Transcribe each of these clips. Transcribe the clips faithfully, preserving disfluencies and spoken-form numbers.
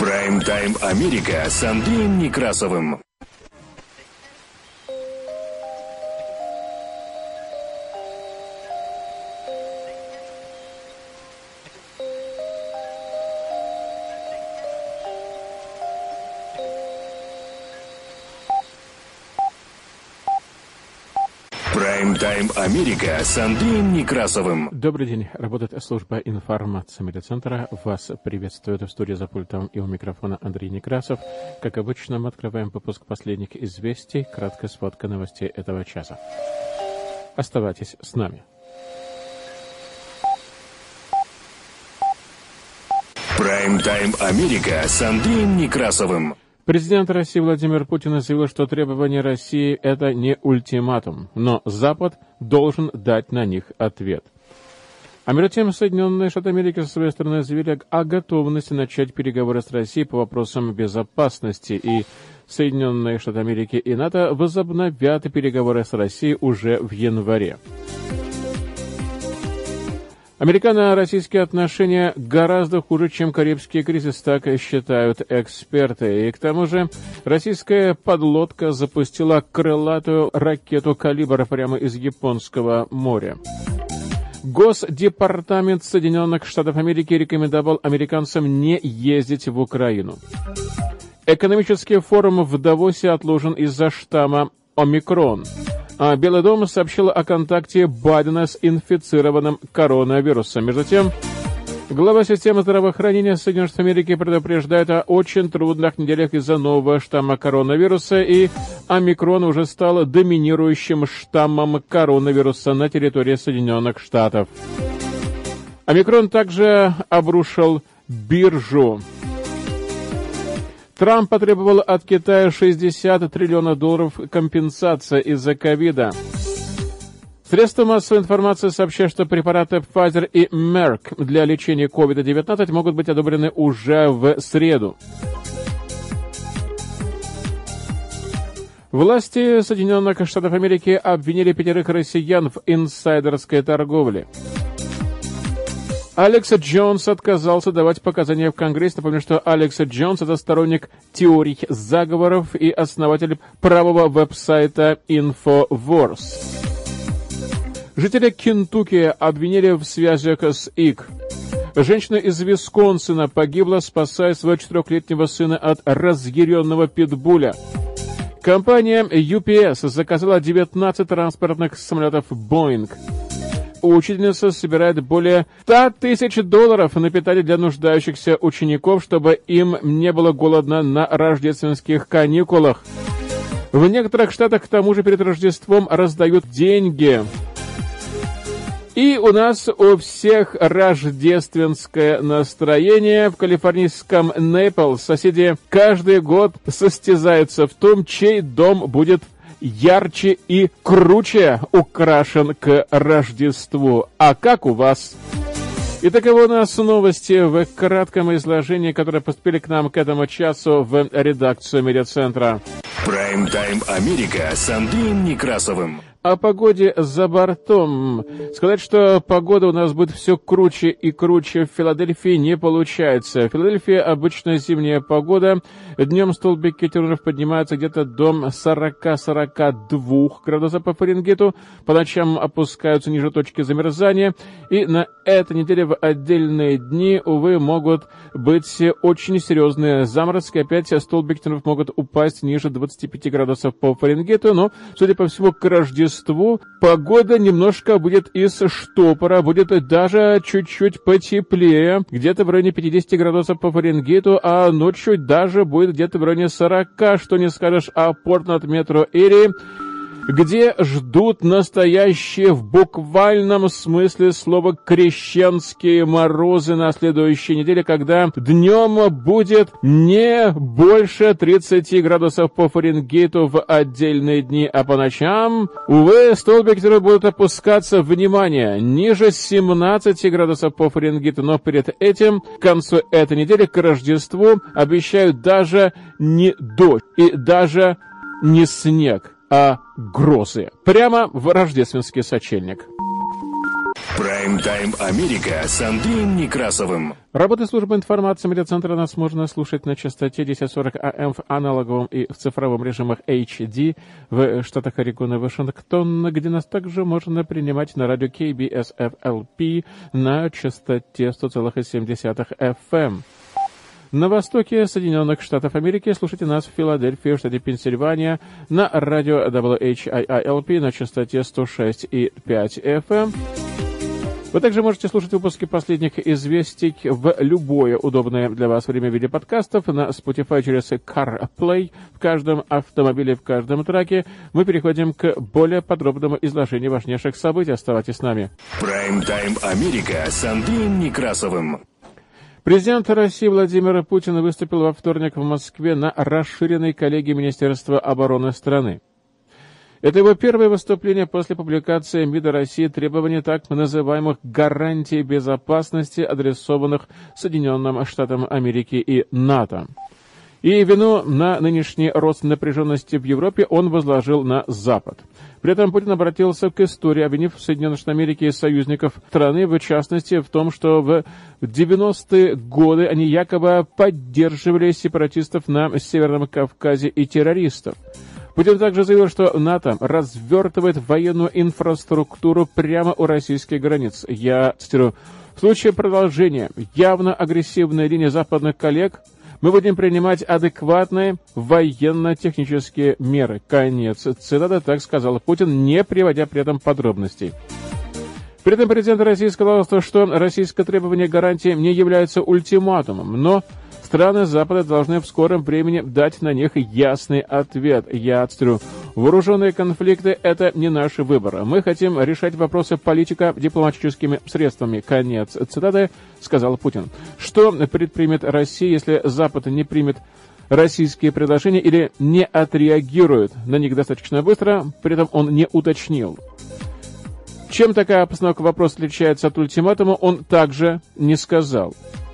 Прайм-тайм Америка с Андреем Некрасовым. Прайм-тайм Америка с Андреем Некрасовым. Добрый день. Работает служба информации медиацентра. Вас приветствует в студии за пультом и у микрофона Андрей Некрасов. Как обычно, мы открываем выпуск последних известий. Краткая сводка новостей этого часа. Оставайтесь с нами. Прайм-тайм Америка с Андреем Некрасовым. Президент России Владимир Путин заявил, что требования России – это не ультиматум, но Запад должен дать на них ответ. А между тем, Соединенные Штаты Америки со своей стороны заявили о готовности начать переговоры с Россией по вопросам безопасности, и Соединенные Штаты Америки и НАТО возобновят переговоры с Россией уже в январе. Американо-российские отношения гораздо хуже, чем Карибский кризис, так считают эксперты. И к тому же российская подлодка запустила крылатую ракету «Калибр» прямо из Японского моря. Госдепартамент Соединенных Штатов Америки рекомендовал американцам не ездить в Украину. Экономический форум в Давосе отложен из-за штамма «Омикрон». А Белый дом сообщил о контакте Байдена с инфицированным коронавирусом. Между тем, глава системы здравоохранения Соединенных Штатов Америки предупреждает о очень трудных неделях из-за нового штамма коронавируса, и омикрон уже стал доминирующим штаммом коронавируса на территории Соединенных Штатов. Омикрон также обрушил биржу. Трамп потребовал от Китая шестьдесят триллионов долларов компенсации из-за ковида. Средства массовой информации сообщают, что препараты Pfizer и Merck для лечения ковид девятнадцать могут быть одобрены уже в среду. Власти Соединенных Штатов Америки обвинили пятерых россиян в инсайдерской торговле. Алекс Джонс отказался давать показания в Конгрессе. Напомню, что Алекс Джонс – это сторонник теорий заговоров и основатель правого веб-сайта InfoWars. Жители Кентукки обвинили в связях с ИК. Женщина из Висконсина погибла, спасая своего четырехлетнего сына от разъяренного питбуля. Компания ю пи эс заказала девятнадцать транспортных самолетов Boeing. Учительница собирает более ста тысяч долларов на питание для нуждающихся учеников, чтобы им не было голодно на рождественских каникулах. В некоторых штатах, к тому же, перед Рождеством раздают деньги. И у нас у всех рождественское настроение. В калифорнийском Нейплс соседи каждый год состязаются в том, чей дом будет ярче и круче украшен к Рождеству. А как у вас? И таковы у нас новости в кратком изложении, которые поступили к нам к этому часу в редакцию медиацентра. Прайм-тайм Америка с Андреем Некрасовым. О погоде за бортом. Сказать, что погода у нас будет все круче и круче в Филадельфии, не получается. В Филадельфии обычная зимняя погода. Днем столбики термометров поднимаются где-то до сорок-сорок два градусов по Фаренгейту. По ночам опускаются ниже точки замерзания. И на этой неделе в отдельные дни, увы, могут быть очень серьезные заморозки. Опять столбики термометров могут упасть ниже двадцати пяти градусов по Фаренгейту. Но, судя по всему, к Рождеству погода немножко будет из штопора, будет даже чуть-чуть потеплее, где-то в районе пятидесяти градусов по Фаренгейту, а ночью даже будет где-то в районе сорока, что не скажешь о Портленд-метро-эрии, где ждут настоящие в буквальном смысле слова крещенские морозы на следующей неделе, когда днем будет не больше тридцати градусов по Фаренгейту в отдельные дни, а по ночам, увы, столбики, которые будут опускаться, внимание, ниже семнадцати градусов по Фаренгейту, но перед этим, к концу этой недели, к Рождеству, обещают даже не дождь и даже не снег, а грозы. Прямо в рождественский сочельник. Прайм-тайм Америка с Андреем Некрасовым. Работы службы информации медиацентра нас можно слушать на частоте десять сорок АМ в аналоговом и в цифровом режимах эйч ди в штатах Орегон и Вашингтон, где нас также можно принимать на радио кей би эс эф эл пи на частоте сто целых семь десятых эф эм. На востоке Соединенных Штатов Америки слушайте нас в Филадельфии, в штате Пенсильвания, на радио дабл ю эйч ай ай эл пи на частоте сто шесть и пять эф эм. Вы также можете слушать выпуски последних известий в любое удобное для вас время в виде подкастов на Spotify через CarPlay. В каждом автомобиле, в каждом траке мы переходим к более подробному изложению важнейших событий. Оставайтесь с нами. Прайм-тайм Америка с Андреем Некрасовым. Президент России Владимир Путин выступил во вторник в Москве на расширенной коллегии Министерства обороны страны. Это его первое выступление после публикации МИДа России требований так называемых гарантий безопасности, адресованных Соединенным Штатам Америки и НАТО. И вину на нынешний рост напряженности в Европе он возложил на Запад. При этом Путин обратился к истории, обвинив Соединенные Штаты Америки и союзников страны, в частности, в том, что в девяностые годы они якобы поддерживали сепаратистов на Северном Кавказе и террористов. Путин также заявил, что НАТО развертывает военную инфраструктуру прямо у российских границ. Я цитирую: «В случае продолжения явно агрессивной линии западных коллег мы будем принимать адекватные военно-технические меры». Конец цитаты, так сказал Путин, не приводя при этом подробностей. При этом президент России сказал, что российское требование гарантии не является ультиматумом, но страны Запада должны в скором времени дать на них ясный ответ. Я цитирую: «Вооруженные конфликты – это не наш выбор. Мы хотим решать вопросы политико-дипломатическими средствами». Конец цитаты, сказал Путин. Что предпримет Россия, если Запад не примет российские предложения или не отреагирует на них достаточно быстро? При этом он не уточнил. Чем такая постановка вопроса отличается от ультиматума, он также не сказал.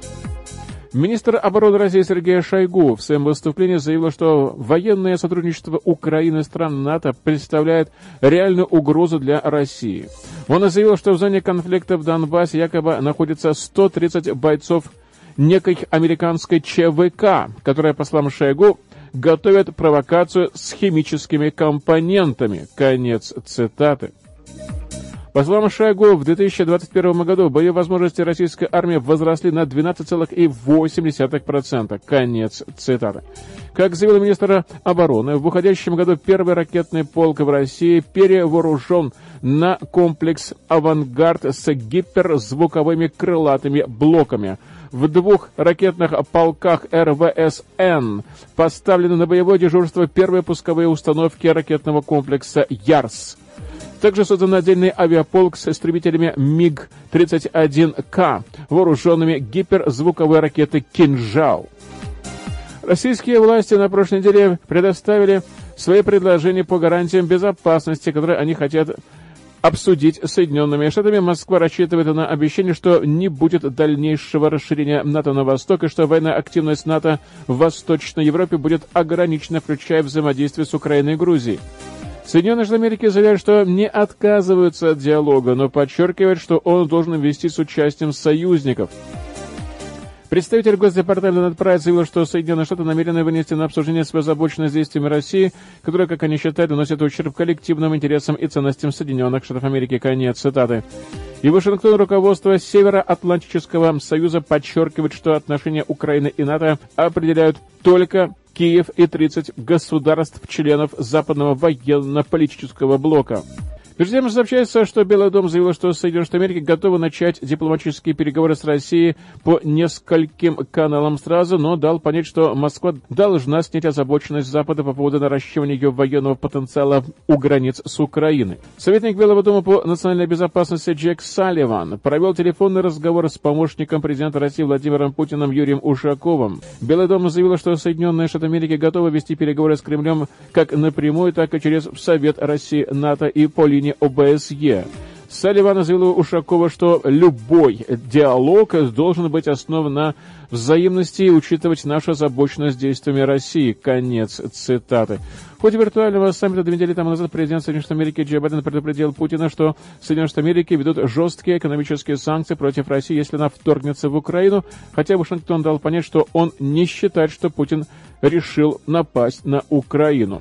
Министр обороны России Сергей Шойгу в своем выступлении заявил, что военное сотрудничество Украины и стран НАТО представляет реальную угрозу для России. Он заявил, что в зоне конфликта в Донбассе якобы находится сто тридцать бойцов некой американской ЧВК, которая, по словам Шойгу, готовит провокацию с химическими компонентами. Конец цитаты. По словам Шойгу, в две тысячи двадцать первом году боевые возможности российской армии возросли на двенадцать целых восемь десятых процента. Конец цитаты. Как заявил министр обороны, в уходящем году первый ракетный полк в России перевооружен на комплекс «Авангард» с гиперзвуковыми крылатыми блоками. В двух ракетных полках эр вэ эс эн поставлены на боевое дежурство первые пусковые установки ракетного комплекса «Ярс». Также создан отдельный авиаполк с истребителями миг тридцать один ка, вооруженными гиперзвуковой ракетой «Кинжал». Российские власти на прошлой неделе предоставили свои предложения по гарантиям безопасности, которые они хотят обсудить с Соединенными Штатами. Москва рассчитывает на обещание, что не будет дальнейшего расширения НАТО на восток и что военная активность НАТО в Восточной Европе будет ограничена, включая взаимодействие с Украиной и Грузией. Соединенные Штаты Америки заявляют, что не отказываются от диалога, но подчеркивают, что он должен вести с участием союзников. Представитель Госдепартамента Нед Прайс заявил, что Соединенные Штаты намерены вынести на обсуждение свою озабоченность действиями России, которая, как они считают, наносит ущерб коллективным интересам и ценностям Соединенных Штатов Америки. Конец цитаты. И Вашингтон, руководство Североатлантического союза, подчеркивает, что отношения Украины и НАТО определяют только Киев и тридцать государств-членов Западного военно-политического блока. Между тем сообщается, что Белый дом заявил, что Соединенные Штаты Америки готовы начать дипломатические переговоры с Россией по нескольким каналам сразу, но дал понять, что Москва должна снять озабоченность Запада по поводу наращивания ее военного потенциала у границ с Украиной. Советник Белого дома по национальной безопасности Джек Салливан провел телефонный разговор с помощником президента России Владимиром Путиным Юрием Ушаковым. Белый дом заявил, что Соединенные Штаты Америки готовы вести переговоры с Кремлем как напрямую, так и через Совет России, НАТО и по линии о бэ эс е. Салливан заявил Ушакова, что любой диалог должен быть основан на взаимности и учитывать нашу озабоченность действиями России. Конец цитаты. В ходе виртуального саммита две недели тому назад президент Соединенных Штатов Америки Джо Байден предупредил Путина, что Соединенные Штаты Америки ведут жесткие экономические санкции против России, если она вторгнется в Украину, хотя Вашингтон дал понять, что он не считает, что Путин решил напасть на Украину.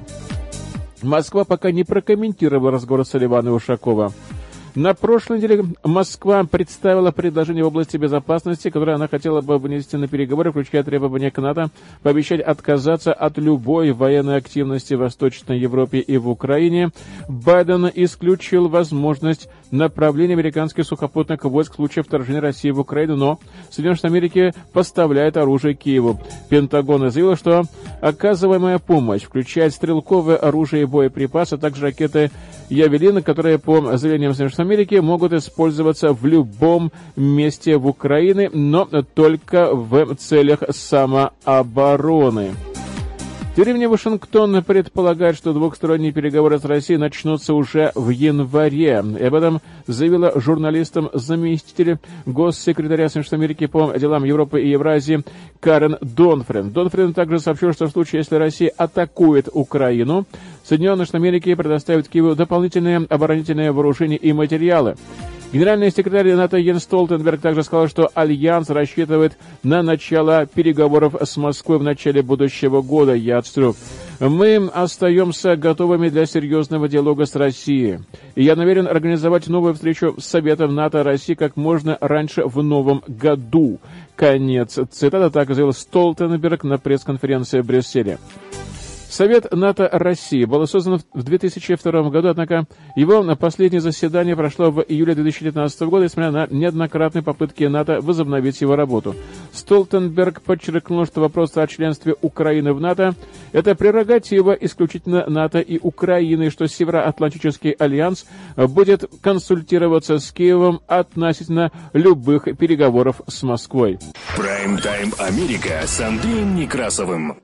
Москва пока не прокомментировала разговор Салливана и Ушакова. На прошлой неделе Москва представила предложение в области безопасности, которое она хотела бы вынести на переговоры, включая требования к НАТО, пообещать отказаться от любой военной активности в Восточной Европе и в Украине. Байден исключил возможность направления американских сухопутных войск в случае вторжения России в Украину, но Соединенные Штаты Америки поставляют оружие Киеву. Пентагон заявил, что оказываемая помощь включает стрелковое оружие и боеприпасы, а также ракеты «Явелин», которые, по заявлениям Соединенных Штатов Америки, могут использоваться в любом месте в Украине, но только в целях самообороны. Тем временем Вашингтон предполагает, что двухсторонние переговоры с Россией начнутся уже в январе. И об этом заявила журналистам заместитель госсекретаря Соединенных Штатов Америки по делам Европы и Евразии Карен Донфрен. Донфрен также сообщил, что в случае, если Россия атакует Украину, Соединенные Штаты Америки предоставят Киеву дополнительные оборонительные вооружения и материалы. Генеральный секретарь НАТО Йенс Столтенберг также сказал, что Альянс рассчитывает на начало переговоров с Москвой в начале будущего года. Я цитирую: «Мы остаемся готовыми для серьезного диалога с Россией. И я намерен организовать новую встречу с Советом НАТО России как можно раньше в новом году». Конец цитаты. Так заявил Столтенберг на пресс-конференции в Брюсселе. Совет НАТО России был создан в две тысячи втором году, однако его последнее заседание прошло в июле две тысячи девятнадцатого года, несмотря на неоднократные попытки НАТО возобновить его работу. Столтенберг подчеркнул, что вопрос о членстве Украины в НАТО – это прерогатива исключительно НАТО и Украины, и что Североатлантический альянс будет консультироваться с Киевом относительно любых переговоров с Москвой. Прайм-тайм Америка с Андреем Некрасовым.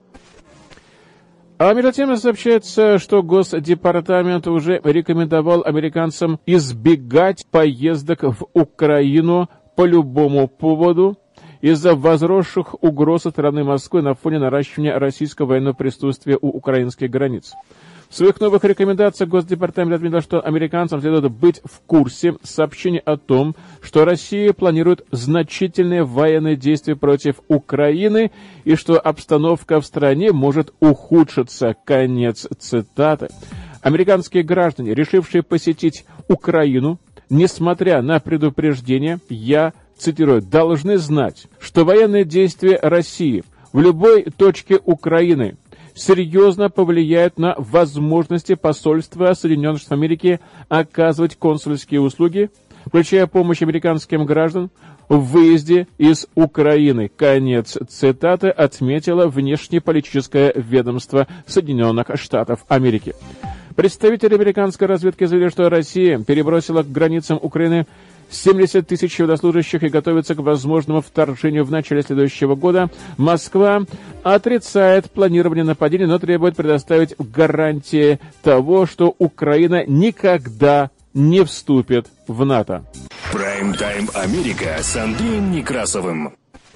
А между тем сообщается, что Госдепартамент уже рекомендовал американцам избегать поездок в Украину по любому поводу из-за возросших угроз со стороны Москвы на фоне наращивания российского военного присутствия у украинских границ. В своих новых рекомендациях Госдепартамент отметил, что американцам следует быть в курсе сообщений о том, что Россия планирует значительные военные действия против Украины и что обстановка в стране может ухудшиться. Конец цитаты. Американские граждане, решившие посетить Украину, несмотря на предупреждение, я цитирую, должны знать, что военные действия России в любой точке Украины серьезно повлияет на возможности посольства Соединенных Штатов Америки оказывать консульские услуги, включая помощь американским гражданам в выезде из Украины. Конец цитаты, отметило внешнеполитическое ведомство Соединенных Штатов Америки. Представители американской разведки заявили, что Россия перебросила к границам Украины семьдесят тысяч военнослужащих и готовится к возможному вторжению в начале следующего года. Москва отрицает планирование нападения, но требует предоставить гарантии того, что Украина никогда не вступит в НАТО. Прайм-тайм Америка с Андреем Некрасовым.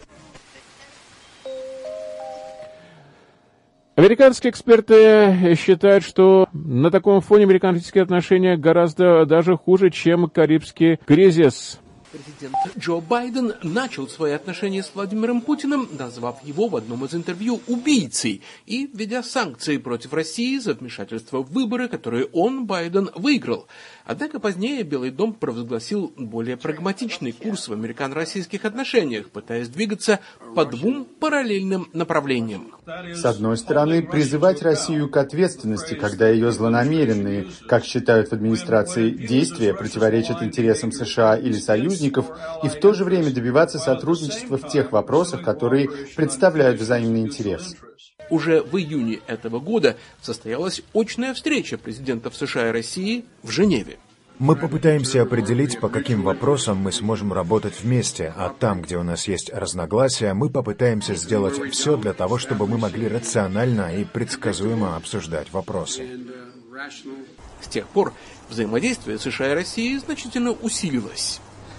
Американские эксперты считают, что на таком фоне американские отношения гораздо даже хуже, чем Карибский кризис. Президент Джо Байден начал свои отношения с Владимиром Путиным, назвав его в одном из интервью убийцей и введя санкции против России за вмешательство в выборы, которые он, Байден, выиграл. Однако позднее Белый дом провозгласил более прагматичный курс в американо-российских отношениях, пытаясь двигаться по двум параллельным направлениям. С одной стороны, призывать Россию к ответственности, когда ее злонамеренные, как считают в администрации, действия противоречат интересам США или союзников, и в то же время добиваться сотрудничества в тех вопросах, которые представляют взаимный интерес. Уже в июне этого года состоялась очная встреча президентов США и России в Женеве. Мы попытаемся определить, по каким вопросам мы сможем работать вместе, а там, где у нас есть разногласия, мы попытаемся сделать все для того, чтобы мы могли рационально и предсказуемо обсуждать вопросы. С тех пор взаимодействие США и России значительно усилилось.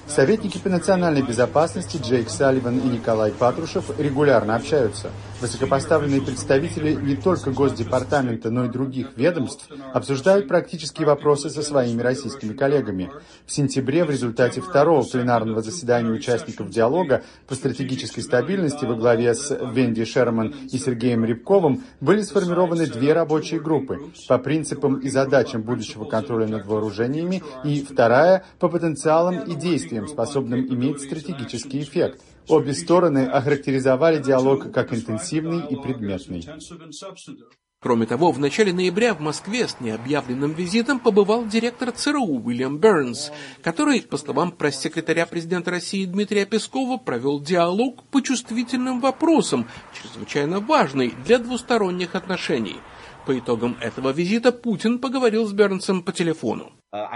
Советники по национальной безопасности Джейк Салливан и Николай Патрушев регулярно общаются. Высокопоставленные представители не только Госдепартамента, но и других ведомств обсуждают практические вопросы со своими российскими коллегами. В сентябре в результате второго пленарного заседания участников диалога по стратегической стабильности во главе с Венди Шерман и Сергеем Рябковым были сформированы две рабочие группы по принципам и задачам будущего контроля над вооружениями и вторая по потенциалам и действиям, способным иметь стратегический эффект. Обе стороны охарактеризовали диалог как интенсивный и предметный. Кроме того, в начале ноября в Москве с необъявленным визитом побывал директор ЦРУ Уильям Бернс, который, по словам пресс-секретаря президента России Дмитрия Пескова, провел диалог по чувствительным вопросам, чрезвычайно важный для двусторонних отношений. По итогам этого визита Путин поговорил с Бернсом по телефону.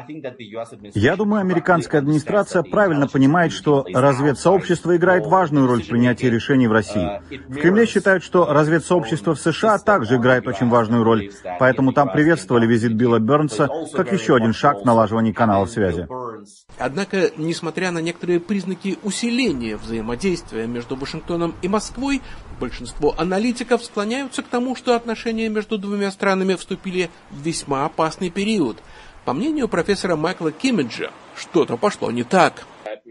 Я думаю, американская администрация правильно понимает, что разведсообщество играет важную роль в принятии решений в России. В Кремле считают, что разведсообщество в США также играет очень важную роль, поэтому там приветствовали визит Билла Бернса как еще один шаг в налаживании каналов связи. Однако, несмотря на некоторые признаки усиления взаимодействия между Вашингтоном и Москвой, большинство аналитиков склоняются к тому, что отношения между двумя странами вступили в весьма опасный период. По мнению профессора Майкла Киммиджа, что-то пошло не так.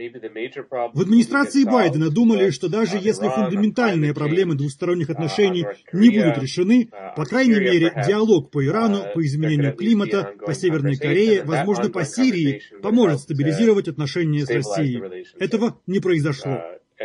В администрации Байдена думали, что даже если фундаментальные проблемы двусторонних отношений не будут решены, по крайней мере, диалог по Ирану, по изменению климата, по Северной Корее, возможно, по Сирии, поможет стабилизировать отношения с Россией. Этого не произошло.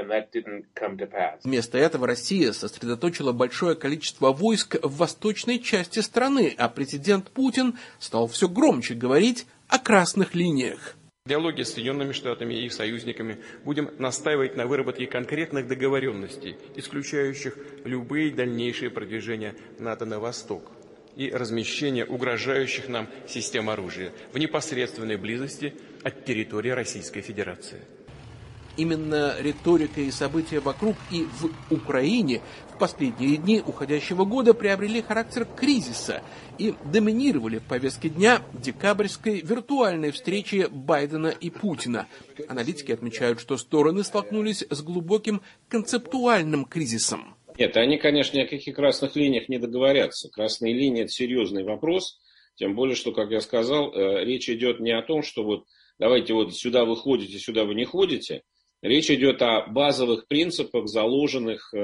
Вместо этого Россия сосредоточила большое количество войск в восточной части страны, а президент Путин стал все громче говорить о красных линиях. В диалоге с Соединенными Штатами и их союзниками будем настаивать на выработке конкретных договоренностей, исключающих любые дальнейшие продвижения НАТО на восток и размещение угрожающих нам систем оружия в непосредственной близости от территории Российской Федерации. Именно риторика и события вокруг и в Украине в последние дни уходящего года приобрели характер кризиса и доминировали в повестке дня декабрьской виртуальной встречи Байдена и Путина. Аналитики отмечают, что стороны столкнулись с глубоким концептуальным кризисом. Нет, они, конечно, ни о каких красных линиях не договорятся. Красные линии – это серьезный вопрос, тем более, что, как я сказал, речь идет не о том, что вот давайте вот сюда вы ходите, сюда вы не ходите. Речь идет о базовых принципах, заложенных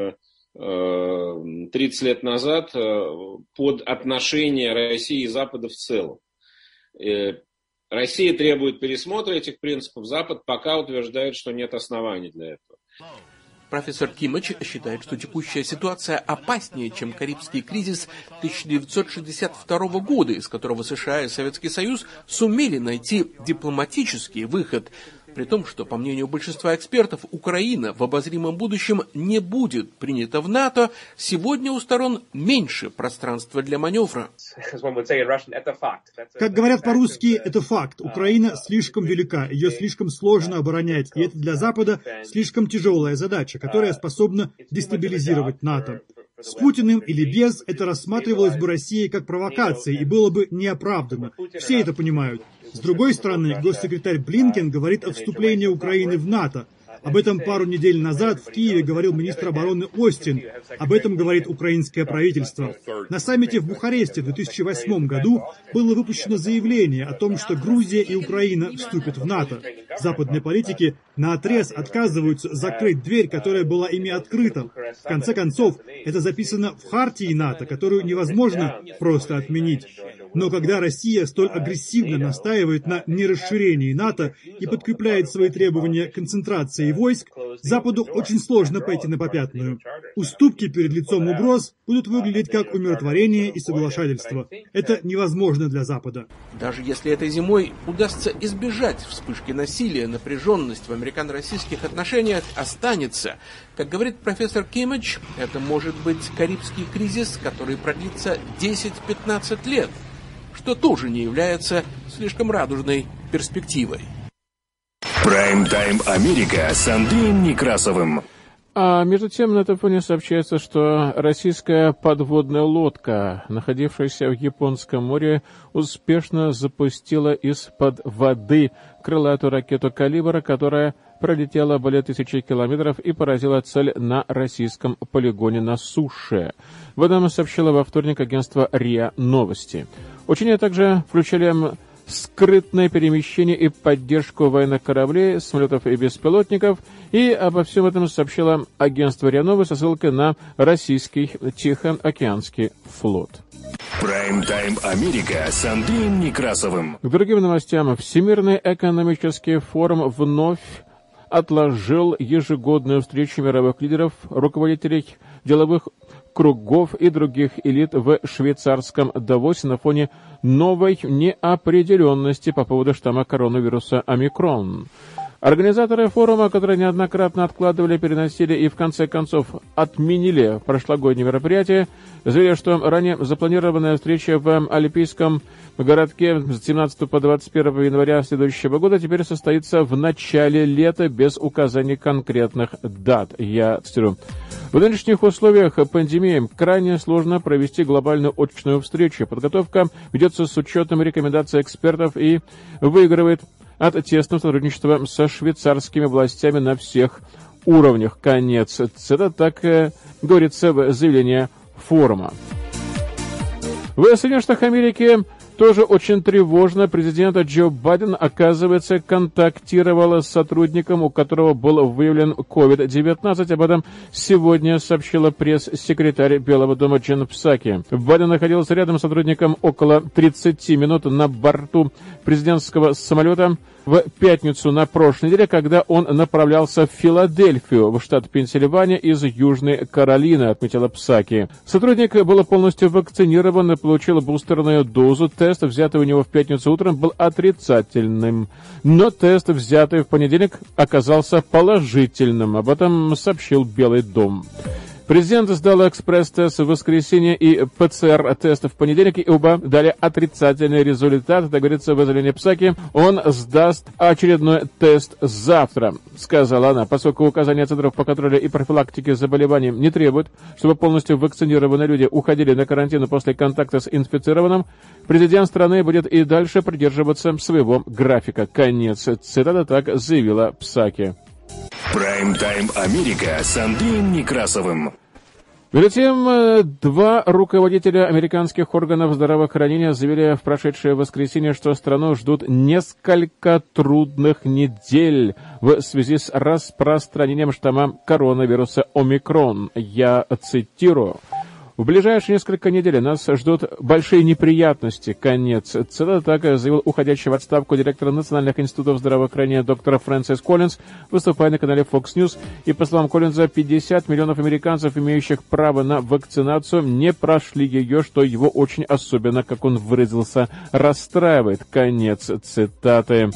тридцать лет назад под отношения России и Запада в целом. Россия требует пересмотра этих принципов, Запад пока утверждает, что нет оснований для этого. Профессор Киммидж считает, что текущая ситуация опаснее, чем Карибский кризис тысяча девятьсот шестьдесят второго года, из которого США и Советский Союз сумели найти дипломатический выход. При том, что, по мнению большинства экспертов, Украина в обозримом будущем не будет принята в НАТО, сегодня у сторон меньше пространства для маневра. Как говорят по-русски, это факт. Украина слишком велика, ее слишком сложно оборонять, и это для Запада слишком тяжелая задача, которая способна дестабилизировать НАТО. С Путиным или без, это рассматривалось бы Россией как провокация и было бы неоправданно. Все это понимают. С другой стороны, госсекретарь Блинкен говорит о вступлении Украины в НАТО. Об этом пару недель назад в Киеве говорил министр обороны Остин. Об этом говорит украинское правительство. На саммите в Бухаресте в две тысячи восьмом году было выпущено заявление о том, что Грузия и Украина вступят в НАТО. Западные политики наотрез отказываются закрыть дверь, которая была ими открыта. В конце концов, это записано в хартии НАТО, которую невозможно просто отменить. Но когда Россия столь агрессивно настаивает на нерасширении НАТО и подкрепляет свои требования концентрацией войск, Западу очень сложно пойти на попятную. Уступки перед лицом угроз будут выглядеть как умиротворение и соглашательство. Это невозможно для Запада. Даже если этой зимой удастся избежать вспышки насилия, напряженность в американо-российских отношениях останется. Как говорит профессор Киммидж, это может быть Карибский кризис, который продлится десять-пятнадцать лет, что тоже не является слишком радужной перспективой. Прайм-тайм Америка с Андреем Некрасовым. А между тем, на этом фоне сообщается, что российская подводная лодка, находившаяся в Японском море, успешно запустила из-под воды крылатую ракету «Калибр», которая пролетела более тысячи километров и поразила цель на российском полигоне на суше. В этом сообщило во вторник агентство РИА Новости. Учения также включали скрытное перемещение и поддержку военных кораблей, самолетов и беспилотников, и обо всем этом сообщило агентство РИА Новости со ссылкой на российский Тихоокеанский флот. Прайм-тайм Америка с Андреем Некрасовым. К другим новостям. Всемирный экономический форум вновь отложил ежегодную встречу мировых лидеров, руководителей деловых кругов и других элит в швейцарском Давосе на фоне новой неопределенности по поводу штамма коронавируса омикрон. Организаторы форума, которые неоднократно откладывали, переносили и в конце концов отменили прошлогоднее мероприятие, заявили, что ранее запланированная встреча в Олимпийском городке с семнадцатого по двадцать первое января следующего года теперь состоится в начале лета без указания конкретных дат. Я цитирую. В нынешних условиях пандемии крайне сложно провести глобальную очную встречу. Подготовка ведется с учетом рекомендаций экспертов и выигрывает от тесного сотрудничества со швейцарскими властями на всех уровнях. Конец. Это так э, говорится в заявлении форума. В Соединенных Штатах Америки тоже очень тревожно. Президент Джо Байден, оказывается, контактировал с сотрудником, у которого был выявлен ковид девятнадцать. Об этом сегодня сообщила пресс-секретарь Белого дома Джен Псаки. Байден находился рядом с сотрудником около тридцати минут на борту президентского самолета в пятницу на прошлой неделе, когда он направлялся в Филадельфию, в штат Пенсильвания из Южной Каролины, отметила Псаки. Сотрудник был полностью вакцинирован и получил бустерную дозу. Тест, взятый у него в пятницу утром, был отрицательным, но тест, взятый в понедельник, оказался положительным. Об этом сообщил Белый дом. Президент сдал экспресс-тест в воскресенье и ПЦР-тест в понедельник, и оба дали отрицательный результат. Это говорится в заявлении Псаки. Он сдаст очередной тест завтра, сказала она. Поскольку указания Центров по контролю и профилактике заболеваний не требуют, чтобы полностью вакцинированные люди уходили на карантин после контакта с инфицированным, президент страны будет и дальше придерживаться своего графика. Конец цитаты, так заявила Псаки. Прайм-тайм Америка с Андреем Некрасовым. Перед тем, два руководителя американских органов здравоохранения заявили в прошедшее воскресенье, что страну ждут несколько трудных недель в связи с распространением штамма коронавируса омикрон. Я цитирую. В ближайшие несколько недель нас ждут большие неприятности. Конец цитаты, так заявил уходящий в отставку директор Национальных институтов здравоохранения доктор Фрэнсис Коллинз, выступая на канале Fox News. И, по словам Коллинза, пятьдесят миллионов американцев, имеющих право на вакцинацию, не прошли ее, что его очень особенно, как он выразился, расстраивает. Конец цитаты.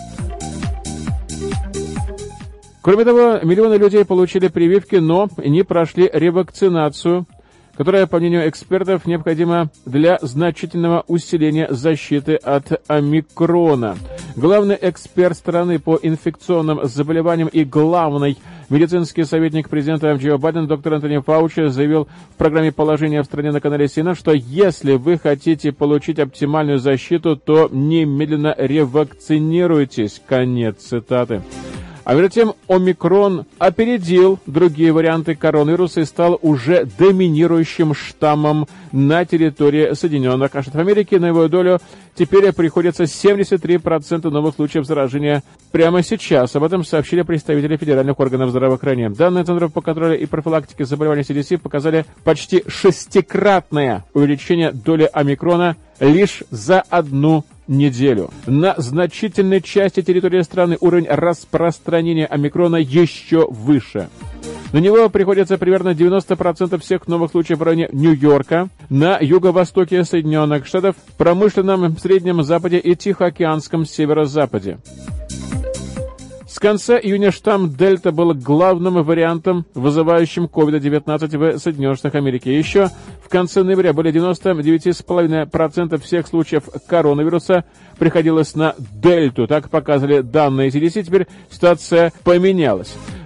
Кроме того, миллионы людей получили прививки, но не прошли ревакцинацию, которая, по мнению экспертов, необходима для значительного усиления защиты от омикрона. Главный эксперт страны по инфекционным заболеваниям и главный медицинский советник президента Джо Байдена доктор Энтони Фаучи заявил в программе «Положение в стране» на канале си эн эн, что если вы хотите получить оптимальную защиту, то немедленно ревакцинируйтесь. Конец цитаты. А между тем, омикрон опередил другие варианты коронавируса и стал уже доминирующим штаммом на территории Соединенных Штатов Америки. На его долю теперь приходится семьдесят три процента новых случаев заражения прямо сейчас. Об этом сообщили представители федеральных органов здравоохранения. Данные Центров по контролю и профилактике заболеваний си ди си показали почти шестикратное увеличение доли омикрона лишь за одну неделю. На значительной части территории страны уровень распространения омикрона еще выше. На него приходится примерно девяносто процентов всех новых случаев в районе Нью-Йорка, на юго-востоке Соединенных Штатов, промышленном Среднем Западе и Тихоокеанском Северо-Западе. С конца июня штамм Дельта был главным вариантом, вызывающим ковид девятнадцать в Соединенных Штатах Америки. Еще в конце ноября более девяносто девять целых пять десятых процента всех случаев коронавируса приходилось на Дельту. Так показывали данные си ди си. Теперь ситуация поменялась.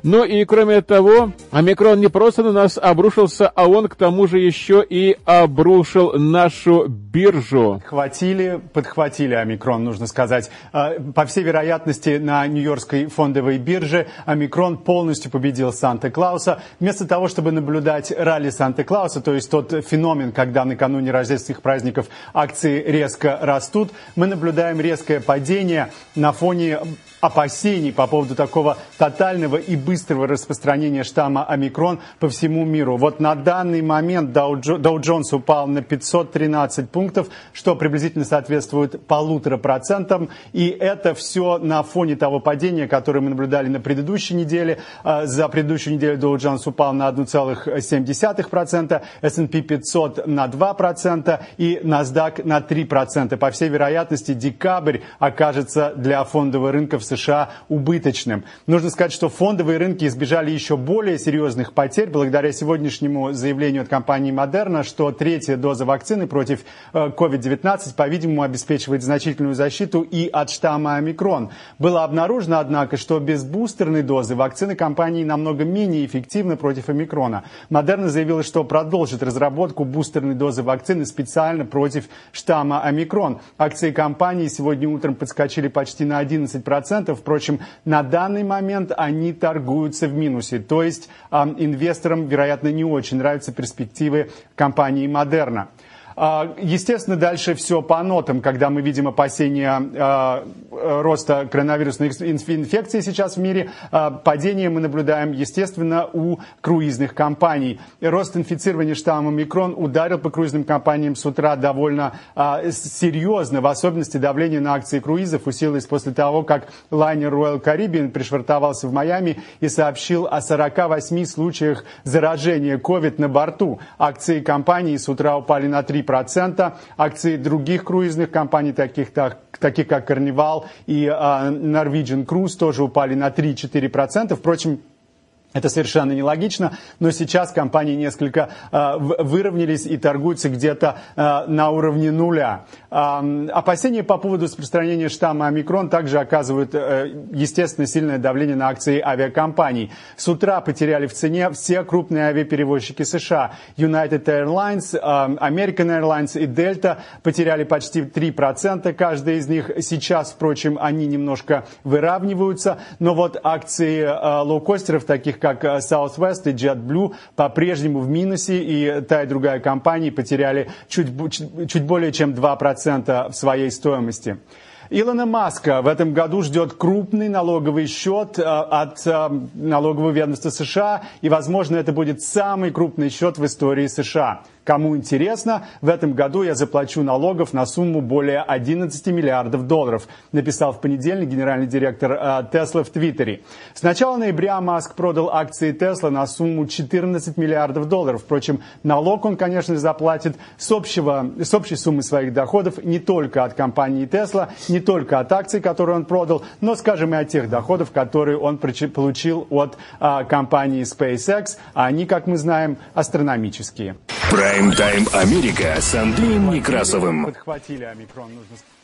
Ну и кроме того, омикрон не просто на нас обрушился, а он к тому же еще и обрушил нашу биржу. Подхватили, подхватили омикрон, нужно сказать. По всей вероятности, на Нью-Йоркской фондовой бирже омикрон полностью победил Санта-Клауса. Вместо того, чтобы наблюдать ралли Санта-Клауса, то есть тот феномен, когда накануне рождественских праздников акции резко растут, мы наблюдаем резкое падение на фоне опасений по поводу такого тотального и быстрого распространения штамма омикрон по всему миру. Вот на данный момент Dow Jones упал на пятьсот тринадцать пунктов, что приблизительно соответствует полутора процентам. И это все на фоне того падения, которое мы наблюдали на предыдущей неделе. За предыдущую неделю Dow Jones упал на одна целая семь десятых процента, эс энд пи пятьсот на два процента и NASDAQ на три процента. По всей вероятности, декабрь окажется для фондового рынка в США убыточным. Нужно сказать, что фондовые рынки избежали еще более серьезных потерь благодаря сегодняшнему заявлению от компании Moderna, что третья доза вакцины против ковид девятнадцать, по-видимому, обеспечивает значительную защиту и от штамма омикрон. Было обнаружено, однако, что без бустерной дозы вакцины компании намного менее эффективны против омикрона. Moderna заявила, что продолжит разработку бустерной дозы вакцины специально против штамма омикрон. Акции компании сегодня утром подскочили почти на одиннадцать процентов. Впрочем, на данный момент они торгуются в минусе. То есть э, инвесторам, вероятно, не очень нравятся перспективы компании Moderna. Естественно, дальше все по нотам, когда мы видим опасения э, роста коронавирусной инфекции сейчас в мире. Э, падение мы наблюдаем, естественно, у круизных компаний. Рост инфицирования штаммом омикрон ударил по круизным компаниям с утра довольно э, серьезно. В особенности давление на акции круизов усилилось после того, как лайнер Royal Caribbean пришвартовался в Майами и сообщил о сорока восьми случаях заражения ковид на борту. Акции компании с утра упали на три процента. Акции других круизных компаний, таких, так, таких как Carnival и э, Norwegian Cruise, тоже упали на три-четыре процента. Впрочем, это совершенно нелогично, но сейчас компании несколько э, выровнялись и торгуются где-то э, на уровне нуля. Э, опасения по поводу распространения штамма омикрон также оказывают, э, естественно, сильное давление на акции авиакомпаний. С утра потеряли в цене все крупные авиаперевозчики США. United Airlines, э, American Airlines и Delta потеряли почти три процента, каждая из них. Сейчас, впрочем, они немножко выравниваются, но вот акции э, лоукостеров, таких как Southwest и JetBlue, по-прежнему в минусе, и та и другая компания потеряли чуть, чуть, чуть более чем два процента в своей стоимости. Илона Маска в этом году ждет крупный налоговый счет от налогового ведомства США, и, возможно, это будет самый крупный счет в истории США. Кому интересно, в этом году я заплачу налогов на сумму более одиннадцати миллиардов долларов, написал в понедельник генеральный директор Tesla в Твиттере. С начала ноября Маск продал акции Tesla на сумму четырнадцать миллиардов долларов. Впрочем, налог он, конечно, заплатит с, общего, с общей суммы своих доходов не только от компании Tesla, не только от акций, которые он продал, но, скажем, и от тех доходов, которые он получил от а, компании SpaceX. А они, как мы знаем, астрономические. Прайм-тайм Америка с Андреем Некрасовым. Подхватили омикрон, нужно сказать.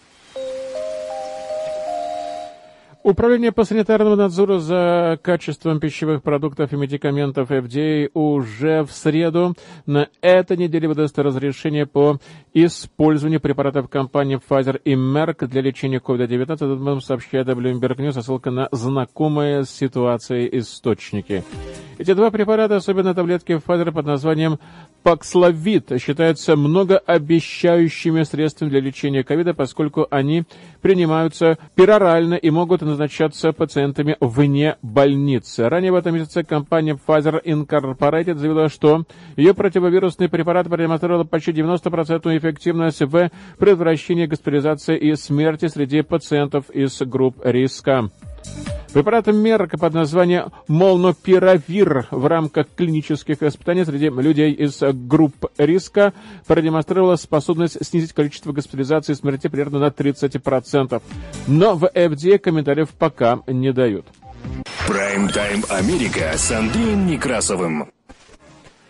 Управление по санитарному надзору за качеством пищевых продуктов и медикаментов эф ди эй уже в среду на этой неделе выдаст разрешение по использованию препаратов компании Pfizer и Merck для лечения ковид девятнадцать. Об этом сообщает Bloomberg News, ссылка на знакомые с ситуацией источники. Эти два препарата, особенно таблетки Pfizer под названием Paxlovid, считаются многообещающими средствами для лечения ковида, поскольку они принимаются перорально и могут назначаться пациентами вне больницы. Ранее в этом месяце компания Pfizer Incorporated заявила, что ее противовирусный препарат продемонстрировал почти девяносто процентов эффективность в предотвращении госпитализации и смерти среди пациентов из групп риска. Препарат Merck под названием Molnupiravir в рамках клинических испытаний среди людей из групп риска продемонстрировала способность снизить количество госпитализации и смерти примерно на тридцать процентов. Но в эф ди эй комментариев пока не дают. Прайм-тайм Америка с Андреем Некрасовым.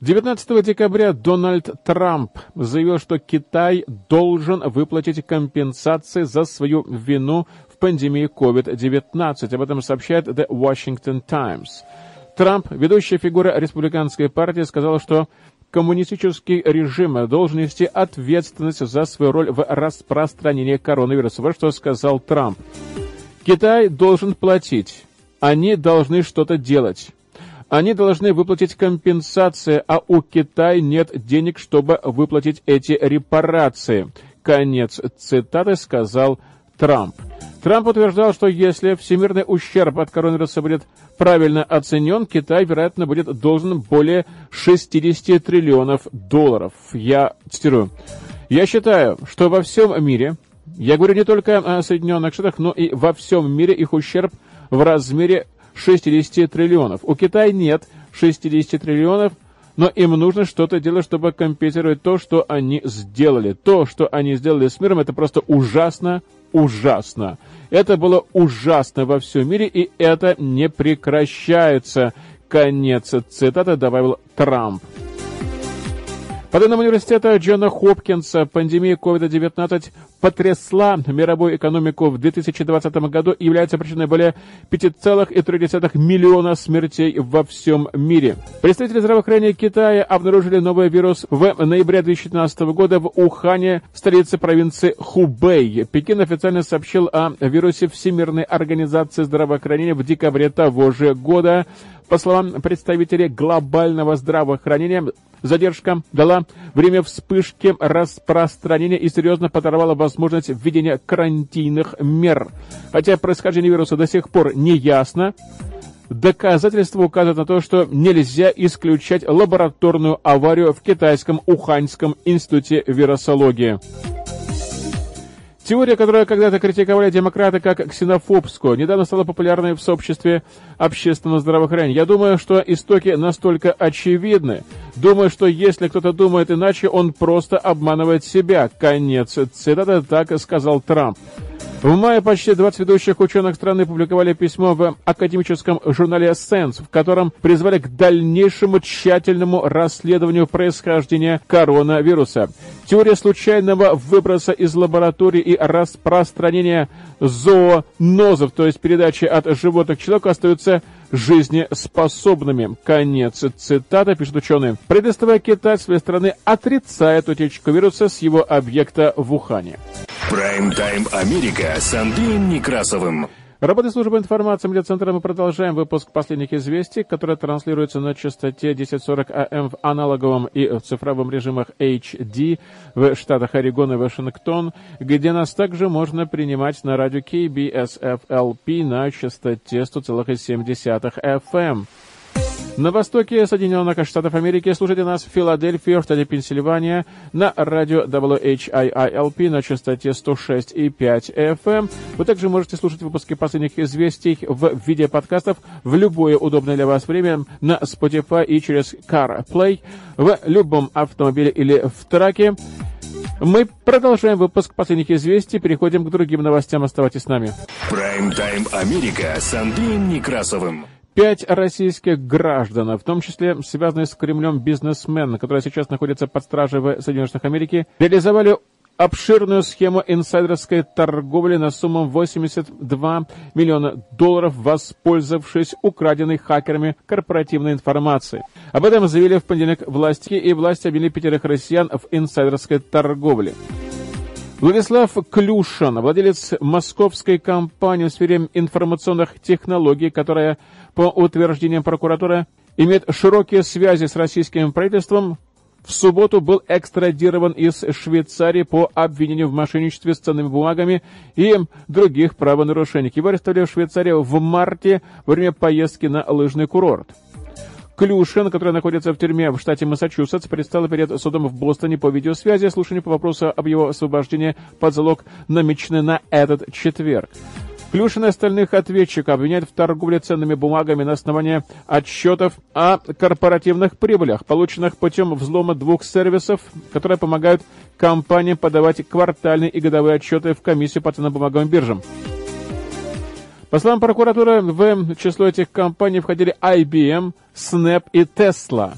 девятнадцатого декабря Дональд Трамп заявил, что Китай должен выплатить компенсации за свою вину в пандемии ковид девятнадцать. Об этом сообщает The Washington Times. Трамп, ведущая фигура республиканской партии, сказал, что коммунистический режим должен нести ответственность за свою роль в распространении коронавируса. Вот что сказал Трамп. Китай должен платить. Они должны что-то делать. Они должны выплатить компенсации, а у Китая нет денег, чтобы выплатить эти репарации. Конец цитаты, сказал Трамп. Трамп утверждал, что если всемирный ущерб от коронавируса будет правильно оценен, Китай, вероятно, будет должен более шестьдесят триллионов долларов. Я цитирую. «Я считаю, что во всем мире, я говорю не только о Соединенных Штатах, но и во всем мире их ущерб в размере шестьдесят триллионов. У Китая нет шестьдесят триллионов, но им нужно что-то делать, чтобы компенсировать то, что они сделали. То, что они сделали с миром, это просто ужасно, ужасно. Это было ужасно во всем мире, и это не прекращается». Конец цитаты, добавил Трамп. По данным университета Джона Хопкинса, пандемия ковид девятнадцать потрясла мировую экономику в две тысячи двадцатом году и является причиной более пяти целых трёх десятых миллиона смертей во всем мире. Представители здравоохранения Китая обнаружили новый вирус в ноябре две тысячи девятнадцатого года в Ухане, столице провинции Хубэй. Пекин официально сообщил о вирусе Всемирной организации здравоохранения в декабре того же года. По словам представителей глобального здравоохранения, задержка дала время вспышки распространения и серьезно подорвала возможность введения карантинных мер. Хотя происхождение вируса до сих пор не ясно, доказательства указывают на то, что нельзя исключать лабораторную аварию в китайском Уханьском институте вирусологии. Теория, которую когда-то критиковали демократы как ксенофобскую, недавно стала популярной в сообществе общественного здравоохранения. Я думаю, что истоки настолько очевидны. Думаю, что если кто-то думает иначе, он просто обманывает себя. Конец цитаты, так сказал Трамп. В мае почти двадцать ведущих ученых страны публиковали письмо в академическом журнале Science, в котором призвали к дальнейшему тщательному расследованию происхождения коронавируса. Теория случайного выброса из лаборатории и распространения зоонозов, то есть передачи от животных к человеку, остаются жизнеспособными. Конец цитаты, пишут ученые. Предоставляя Китай с своей стороны отрицает утечку вируса с его объекта в Ухане. Прайм-тайм Америка с Андреем Некрасовым. Работает служба информации медиацентра. Мы продолжаем выпуск последних известий, которые транслируются на частоте тысяча сорок АМ в аналоговом и в цифровом режимах эйч ди в штатах Орегон и Вашингтон, где нас также можно принимать на радио кей би эс эф эл пи на частоте сто целых семь десятых эф эм. На востоке Соединенных Штатов Америки слушайте нас в Филадельфии, в штате Пенсильвания, на радио дабл ю эйч ай ай эл пи на частоте сто шесть и пять эф эм. Вы также можете слушать выпуски последних известий в виде подкастов в любое удобное для вас время на Spotify и через CarPlay, в любом автомобиле или в траке. Мы продолжаем выпуск последних известий, переходим к другим новостям. Оставайтесь с нами. Прайм-тайм Америка с Андреем Некрасовым. Пять российских граждан, в том числе связанные с Кремлем бизнесмены, которые сейчас находятся под стражей в Соединенных Штатах Америки, реализовали обширную схему инсайдерской торговли на сумму восемьдесят два миллиона долларов, воспользовавшись украденной хакерами корпоративной информацией. Об этом заявили в понедельник власти, и власти обвинили пятерых россиян в инсайдерской торговле. Владислав Клюшин, владелец московской компании в сфере информационных технологий, которая, по утверждениям прокуратуры, имеет широкие связи с российским правительством, в субботу был экстрадирован из Швейцарии по обвинению в мошенничестве с ценными бумагами и других правонарушениях. Его арестовали в Швейцарии в марте во время поездки на лыжный курорт. Клюшин, который находится в тюрьме в штате Массачусетс, предстал перед судом в Бостоне по видеосвязи. Слушание по вопросу об его освобождении под залог намечены на этот четверг. Клюшин и остальных ответчиков обвиняют в торговле ценными бумагами на основании отчетов о корпоративных прибылях, полученных путем взлома двух сервисов, которые помогают компаниям подавать квартальные и годовые отчеты в комиссию по ценным бумагам биржам. По словам прокуратуры, в число этих компаний входили ай би эм, Snap и Tesla.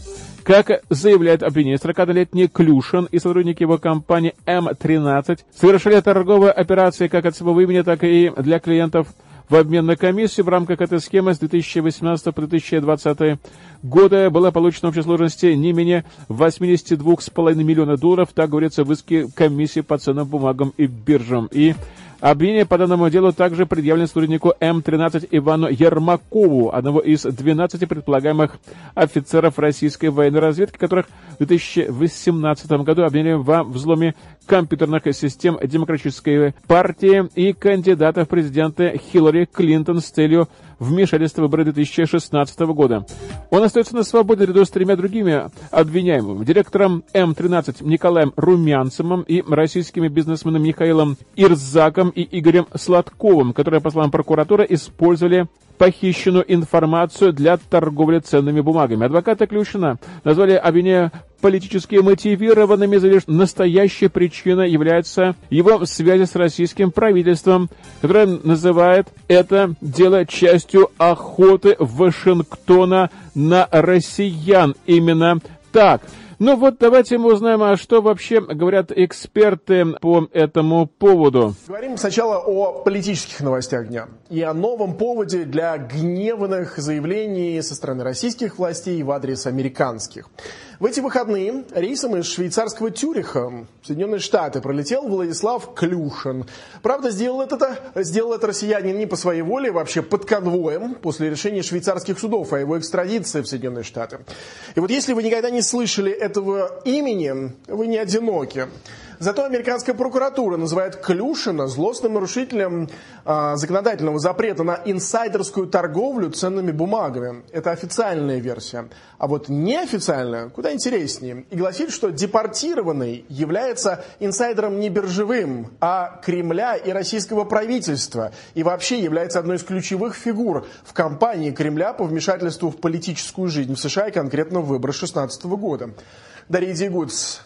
Как заявляет обвинение, сорокалетний Клюшин и сотрудники его компании эм тринадцать совершили торговые операции как от своего имени, так и для клиентов в обмен на комиссию. В рамках этой схемы с две тысячи восемнадцатого по две тысячи двадцатый года было получено в общей сложности не менее восемьдесят два с половиной миллиона долларов, так говорится в иске комиссии по ценным бумагам и биржам. И обвинение по данному делу также предъявлено сотруднику эм тринадцать Ивану Ермакову, одного из двенадцати предполагаемых офицеров российской военной разведки, которых в две тысячи восемнадцатом году обвинили во взломе компьютерных систем Демократической партии и кандидата в президенты Хиллари Клинтон с целью вмешательства в выборы две тысячи шестнадцатого года. Он остается на свободе наряду с тремя другими обвиняемыми: директором эм тринадцать Николаем Румянцевым и российскими бизнесменами Михаилом Ирзаком и Игорем Сладковым, которые, по словам прокуратуры, использовали похищенную информацию для торговли ценными бумагами. Адвокаты Клюшина назвали обвинения политически мотивированными, заявив, что настоящей причиной является его связи с российским правительством, которое называет это дело частью охоты Вашингтона на россиян. Именно так. Ну вот, давайте мы узнаем, а что вообще говорят эксперты по этому поводу. Говорим сначала о политических новостях дня и о новом поводе для гневных заявлений со стороны российских властей в адрес американских. В эти выходные рейсом из швейцарского Цюриха в Соединенные Штаты пролетел Владислав Клюшин. Правда, сделал это, сделал это россиянин не по своей воле, вообще под конвоем, после решения швейцарских судов о его экстрадиции в Соединенные Штаты. И вот если вы никогда не слышали этого имени, вы не одиноки. Зато американская прокуратура называет Клюшина злостным нарушителем э, законодательного запрета на инсайдерскую торговлю ценными бумагами. Это официальная версия. А вот неофициальная куда интереснее. И гласит, что депортированный является инсайдером не биржевым, а Кремля и российского правительства. И вообще является одной из ключевых фигур в кампании Кремля по вмешательству в политическую жизнь в США и конкретно в выборы две тысячи шестнадцатого года. Дарья Дигуц.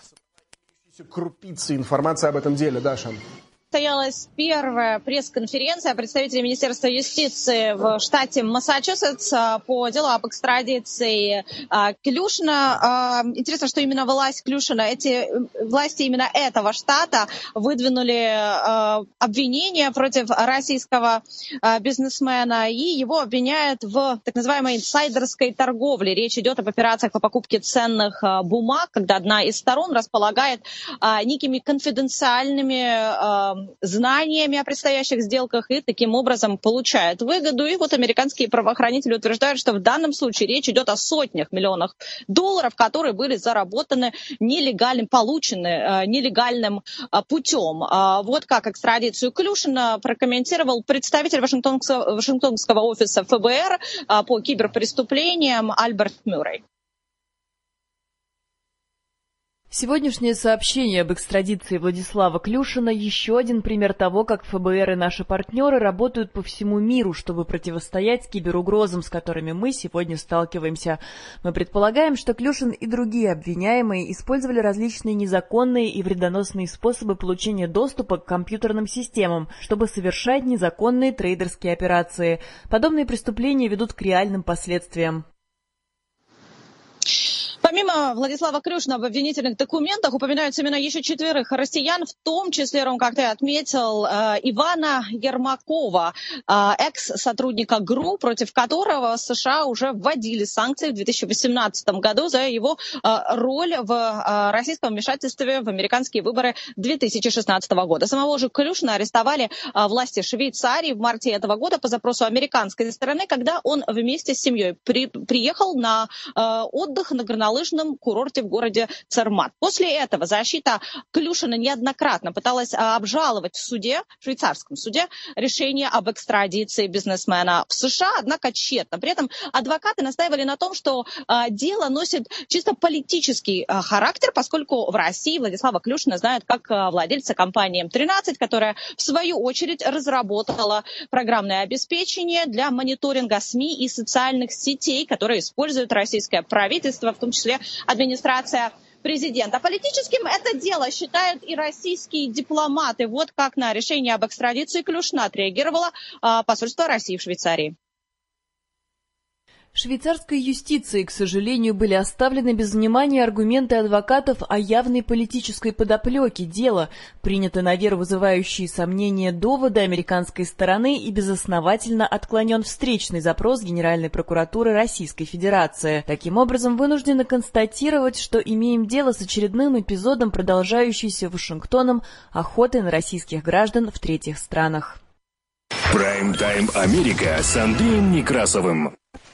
Крупицы информации об этом деле, Даша. Состоялась первая пресс-конференция представителей Министерства юстиции в штате Массачусетс по делу об экстрадиции Клюшина. Интересно, что именно власть Клюшина, эти власти именно этого штата выдвинули обвинения против российского бизнесмена, и его обвиняют в так называемой инсайдерской торговле. Речь идет об операциях по покупке ценных бумаг, когда одна из сторон располагает некими конфиденциальными знаниями о предстоящих сделках и таким образом получает выгоду. И вот американские правоохранители утверждают, что в данном случае речь идет о сотнях миллионов долларов, которые были заработаны нелегальным, получены э, нелегальным э, путем. Э, вот как экстрадицию Клюшина прокомментировал представитель Вашингтонского, Вашингтонского офиса эф бэ эр э, по киберпреступлениям Альберт Мюррей. Сегодняшнее сообщение об экстрадиции Владислава Клюшина – еще один пример того, как эф бэ эр и наши партнеры работают по всему миру, чтобы противостоять киберугрозам, с которыми мы сегодня сталкиваемся. Мы предполагаем, что Клюшин и другие обвиняемые использовали различные незаконные и вредоносные способы получения доступа к компьютерным системам, чтобы совершать незаконные трейдерские операции. Подобные преступления ведут к реальным последствиям. Помимо Владислава Клюшина в обвинительных документах упоминаются имена еще четверых россиян, в том числе, Ром, как ты отметил, Ивана Ермакова, экс-сотрудника ГРУ, против которого США уже вводили санкции в две тысячи восемнадцатом году за его роль в российском вмешательстве в американские выборы две тысячи шестнадцатого года. Самого же Клюшина арестовали власти Швейцарии в марте этого года по запросу американской стороны, когда он вместе с семьей при, приехал на отдых на горнолыжном курорте в городе Цермат. После этого защита Клюшина неоднократно пыталась обжаловать в суде, в швейцарском суде, решение об экстрадиции бизнесмена в США, однако тщетно. При этом адвокаты настаивали на том, что а, дело носит чисто политический а, характер, поскольку в России Владислава Клюшина знают как а, владельца компании эм тринадцать, которая в свою очередь разработала программное обеспечение для мониторинга СМИ и социальных сетей, которые использует российское правительство, в том числе администрация президента. Политическим это дело считают и российские дипломаты. Вот как на решение об экстрадиции Клюшина отреагировало а, посольство России в Швейцарии. Швейцарской юстиции, к сожалению, были оставлены без внимания аргументы адвокатов о явной политической подоплеке дела, приняты на веру вызывающие сомнения доводы американской стороны и безосновательно отклонен встречный запрос Генеральной прокуратуры Российской Федерации. Таким образом, вынуждены констатировать, что имеем дело с очередным эпизодом продолжающейся Вашингтоном охоты на российских граждан в третьих странах. Прайм-тайм Америка с Андреем Некрасовым.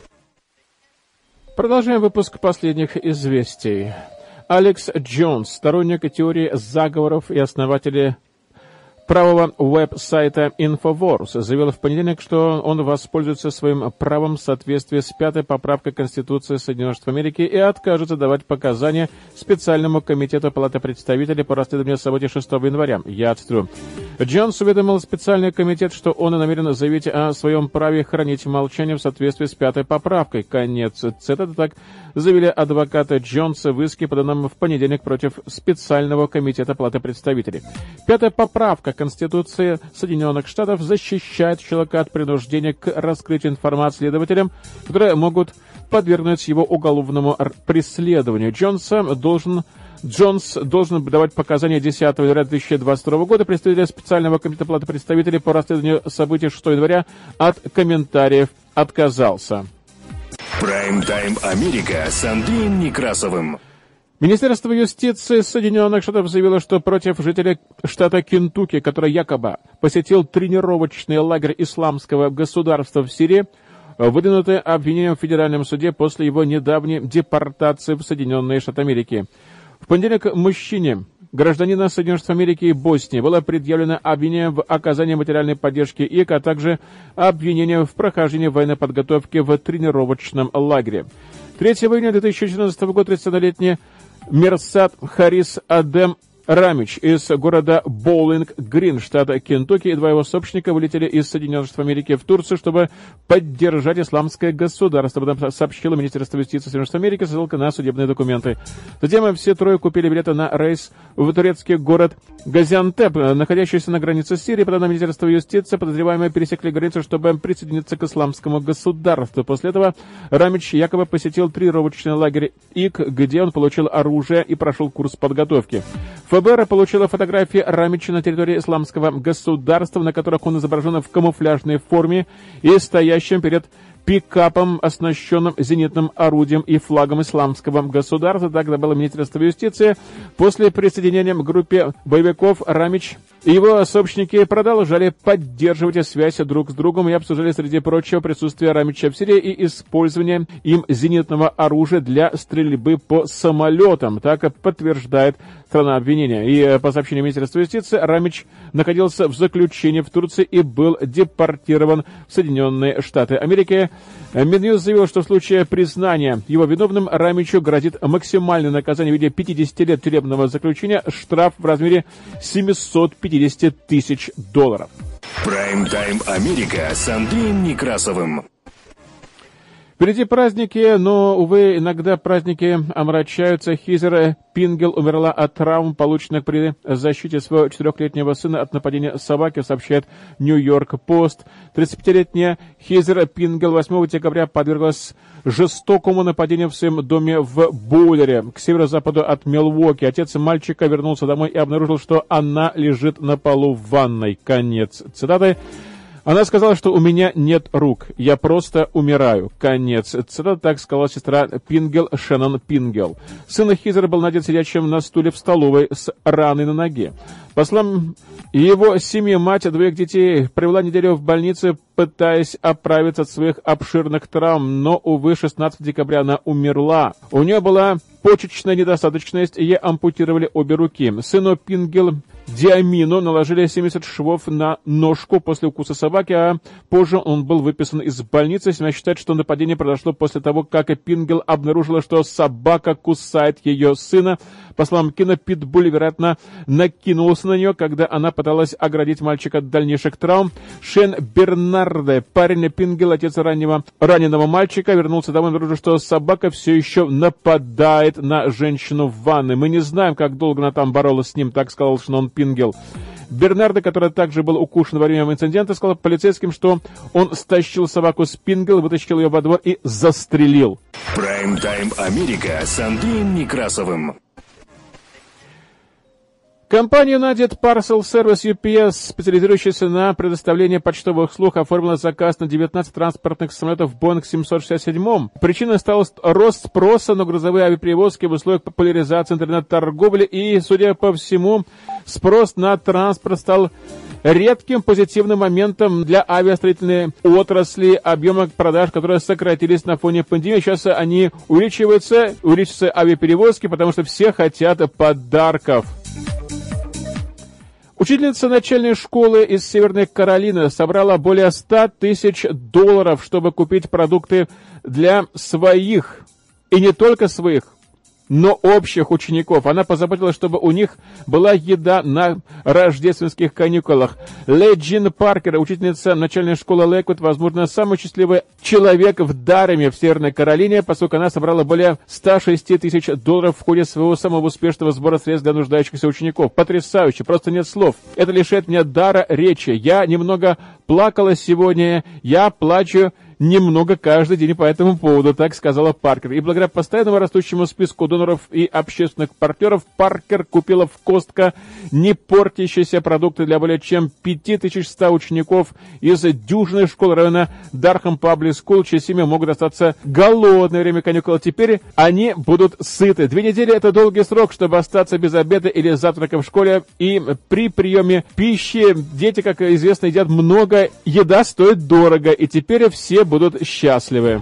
Продолжаем выпуск последних известий. Алекс Джонс, сторонник теории заговоров и основатель правого веб-сайта Infowars, заявил в понедельник, что он воспользуется своим правом в соответствии с пятой поправкой Конституции Соединенных Штатов Америки и откажется давать показания специальному комитету Палаты представителей по расследованию событий шестого января. Я цитирую. Джонс уведомил специальный комитет, что он намерен заявить о своем праве хранить молчание в соответствии с пятой поправкой. Конец цитаты. Так заявили адвокаты Джонса в иске, поданном в понедельник против специального комитета Палаты представителей. Пятая поправка Конституции Соединенных Штатов защищает человека от принуждения к раскрытию информации следователям, которые могут подвергнуть его уголовному преследованию. Джонса должен Джонс должен давать показания десятого января две тысячи двадцать второго года. Представитель специального комитета Палаты представителей по расследованию событий шестого января от комментариев отказался. Прайм-тайм Америка с Андреем Некрасовым. Министерство юстиции Соединенных Штатов заявило, что против жителя штата Кентукки, который якобы посетил тренировочный лагерь исламского государства в Сирии, выдвинуты обвинения в федеральном суде после его недавней депортации в Соединенные Штаты Америки. В понедельник мужчине, гражданина Соединенных Штатов Америки и Боснии, было предъявлено обвинение в оказании материальной поддержки ИК, а также обвинение в прохождении военной подготовки в тренировочном лагере. третьего июня две тысячи четырнадцатого года тридцатилетний Мерсат Харис Адем Рамич из города Боулинг-Грин, штата Кентукки, и два его сообщника вылетели из Соединенных Штатов Америки в Турцию, чтобы поддержать исламское государство. Об этом сообщило Министерство юстиции Соединенных Штатов Америки, ссылка на судебные документы. Затем все трое купили билеты на рейс в турецкий город Газиантеп, находящийся на границе с Сирией. По данным Министерства юстиции, подозреваемые пересекли границу, чтобы присоединиться к исламскому государству. После этого Рамич якобы посетил тренировочный лагерь ИК, где он получил оружие и прошел курс подготовки. ФБР получила фотографии Рамича на территории исламского государства, на которых он изображен в камуфляжной форме и стоящим перед пикапом, оснащенным зенитным орудием и флагом исламского государства. Так добавило Министерство юстиции. После присоединения к группе боевиков Рамич и его сообщники продолжали поддерживать связь друг с другом и обсуждали, среди прочего, присутствие Рамича в Сирии и использование им зенитного оружия для стрельбы по самолетам. Так подтверждает страна обвинения. И по сообщению Министерства юстиции, Рамич находился в заключении в Турции и был депортирован в Соединенные Штаты Америки. Минюст заявил, что в случае признания его виновным Рамичу грозит максимальное наказание в виде пятидесяти лет тюремного заключения, штраф в размере семьсот пятьдесят тысяч долларов. Прайм-тайм Америка с Андреем Некрасовым. Впереди праздники, но, увы, иногда праздники омрачаются. Хизер Пингел умерла от травм, полученных при защите своего четырехлетнего сына от нападения собаки, сообщает Нью-Йорк Пост. тридцатипятилетняя Хизер Пингел восьмого декабря подверглась жестокому нападению в своем доме в Боулере, к северо-западу от Милуоки. Отец мальчика вернулся домой и обнаружил, что она лежит на полу в ванной. Конец цитаты. Она сказала, что у меня нет рук, я просто умираю. Конец цитаты. Так сказала сестра Пингел, Шеннон Пингел. Сын Хизер был надет сидящим на стуле в столовой с раной на ноге. По словам его семьи, мать двоих детей провела неделю в больнице, пытаясь оправиться от своих обширных травм, но, увы, шестнадцатого декабря она умерла. У нее была почечная недостаточность, и ей ампутировали обе руки. Сыну Пингел Диамину наложили семьдесят швов на ножку после укуса собаки, а позже он был выписан из больницы. Семья считает, что нападение произошло после того, как Пингел обнаружила, что собака кусает ее сына. По словам Кина, Питбуль, вероятно, накинулся на нее, когда она пыталась оградить мальчика от дальнейших травм. Шен Бернарде, парень Пингел, отец раннего, раненого мальчика, вернулся домой и обнаружил, что собака все еще нападает на женщину в ванной. Мы не знаем, как долго она там боролась с ним, так сказал Шеннон Пингел. Бернардо, который также был укушен во время инцидента, сказал полицейским, что он стащил собаку Спингл, вытащил ее во двор и застрелил. Прайм-тайм Америка с Андреем Некрасовым. Компания United Parcel Service ю пи эс, специализирующаяся на предоставлении почтовых услуг, оформила заказ на девятнадцать транспортных самолетов Boeing семьсот шестьдесят семь. Причиной стал рост спроса на грузовые авиаперевозки в условиях популяризации интернет-торговли, и, судя по всему, спрос на транспорт стал редким позитивным моментом для авиастроительной отрасли, объемы продаж, которые сократились на фоне пандемии. Сейчас они увеличиваются, увеличиваются авиаперевозки, потому что все хотят подарков. Учительница начальной школы из Северной Каролины собрала более ста тысяч долларов, чтобы купить продукты для своих, и не только своих, но общих учеников. Она позаботилась, чтобы у них была еда на рождественских каникулах. Леджин Паркер, учительница начальной школы Лейквуд, возможно, самый счастливый человек в Дареме в Северной Каролине, поскольку она собрала более ста шести тысяч долларов в ходе своего самого успешного сбора средств для нуждающихся учеников. Потрясающе, просто нет слов. Это лишает меня дара речи. Я немного плакала сегодня, я плачу немного каждый день по этому поводу, так сказала Паркер. И благодаря постоянному растущему списку доноров и общественных партнеров, Паркер купила в Костко не портящиеся продукты для более чем пяти тысяч ста учеников из дюжины школ района Дархам Паблик Скул, чьи семьи могут остаться голодные во время каникул. Теперь они будут сыты. Две недели — это долгий срок, чтобы остаться без обеда или завтрака в школе. И при приеме пищи дети, как известно, едят много, еда стоит дорого, и теперь все будут счастливы.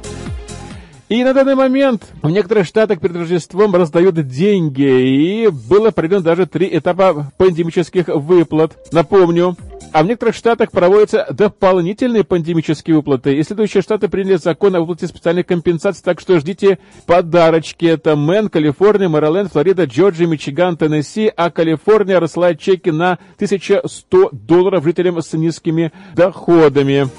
И на данный момент в некоторых штатах перед Рождеством раздают деньги, и было проведено даже три этапа пандемических выплат. Напомню, а в некоторых штатах проводятся дополнительные пандемические выплаты. И следующие штаты приняли закон о выплате специальных компенсаций, так что ждите подарочки. Это Мэн, Калифорния, Мэриленд, Флорида, Джорджия, Мичиган, Теннесси, а Калифорния рассылает чеки на тысячу сто долларов жителям с низкими доходами.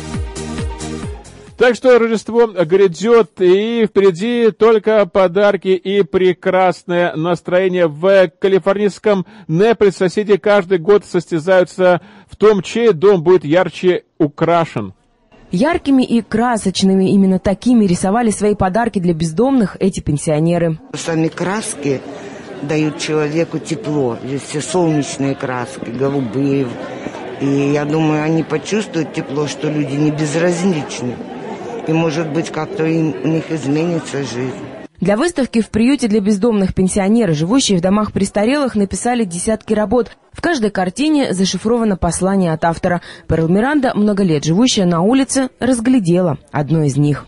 Так что Рождество грядет, и впереди только подарки и прекрасное настроение. В калифорнийском Неаполе соседи каждый год состязаются в том, чей дом будет ярче украшен. Яркими и красочными, именно такими рисовали свои подарки для бездомных эти пенсионеры. Сами краски дают человеку тепло. Здесь все солнечные краски, голубые. И я думаю, они почувствуют тепло, что люди не безразличны. И, может быть, как-то им, у них изменится жизнь. Для выставки в приюте для бездомных пенсионеры, живущие в домах престарелых, написали десятки работ. В каждой картине зашифровано послание от автора. Перл Миранда, много лет живущая на улице, разглядела одно из них.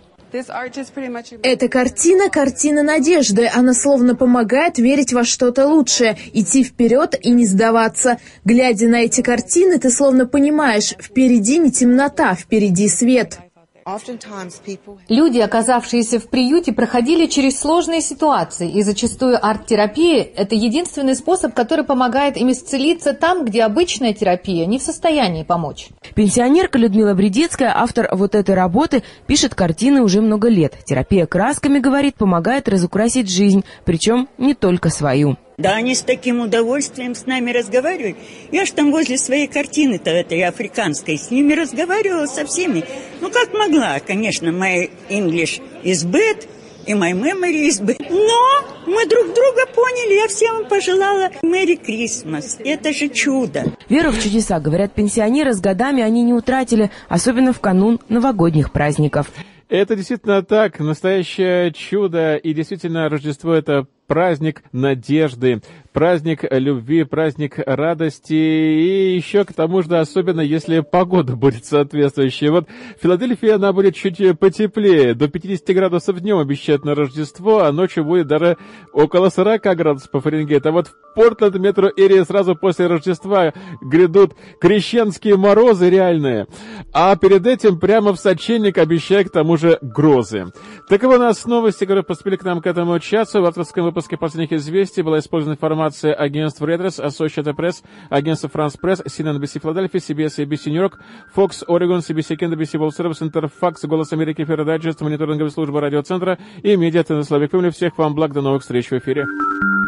Эта картина – картина надежды. Она словно помогает верить во что-то лучшее, идти вперед и не сдаваться. Глядя на эти картины, ты словно понимаешь, впереди не темнота, впереди свет. Люди, оказавшиеся в приюте, проходили через сложные ситуации, и зачастую арт-терапия – это единственный способ, который помогает им исцелиться там, где обычная терапия не в состоянии помочь. Пенсионерка Людмила Бредецкая, автор вот этой работы, пишет картины уже много лет. Терапия красками, говорит, помогает разукрасить жизнь, причем не только свою. Да, они с таким удовольствием с нами разговаривают. Я ж там возле своей картины-то этой африканской с ними разговаривала со всеми. Ну, как могла, конечно, my English is bad, и my memory is bad. Но мы друг друга поняли, я всем пожелала Merry Christmas. Это же чудо. Веру в чудеса, говорят пенсионеры, с годами они не утратили, особенно в канун новогодних праздников. Это действительно так, настоящее чудо, и действительно Рождество — это праздник надежды, праздник любви, праздник радости, и еще к тому же, особенно если погода будет соответствующая. Вот в Филадельфии она будет чуть потеплее, до пятидесяти градусов днем обещают на Рождество, а ночью будет даже около сорока градусов по Фаренгейту. А вот в Портленд, метро Эрии сразу после Рождества грядут крещенские морозы реальные, а перед этим прямо в сочельник обещают к тому же грозы. Таковы у нас новости, которые поступили к нам к этому часу. В авторском выпуске последних известий была использована информация агентств Reuters, Associated Press, агентства France Press, си эн эн би си Филадельфия, си би эс эй би си Нью-Йорк, Fox Oregon, си би си Кент, би си World Service, Интерфакс, Голос Америки, Ферро Дайджест, мониторинговая служба радиоцентра и медиа-центр Славик. Всех вам благ, до новых встреч в эфире.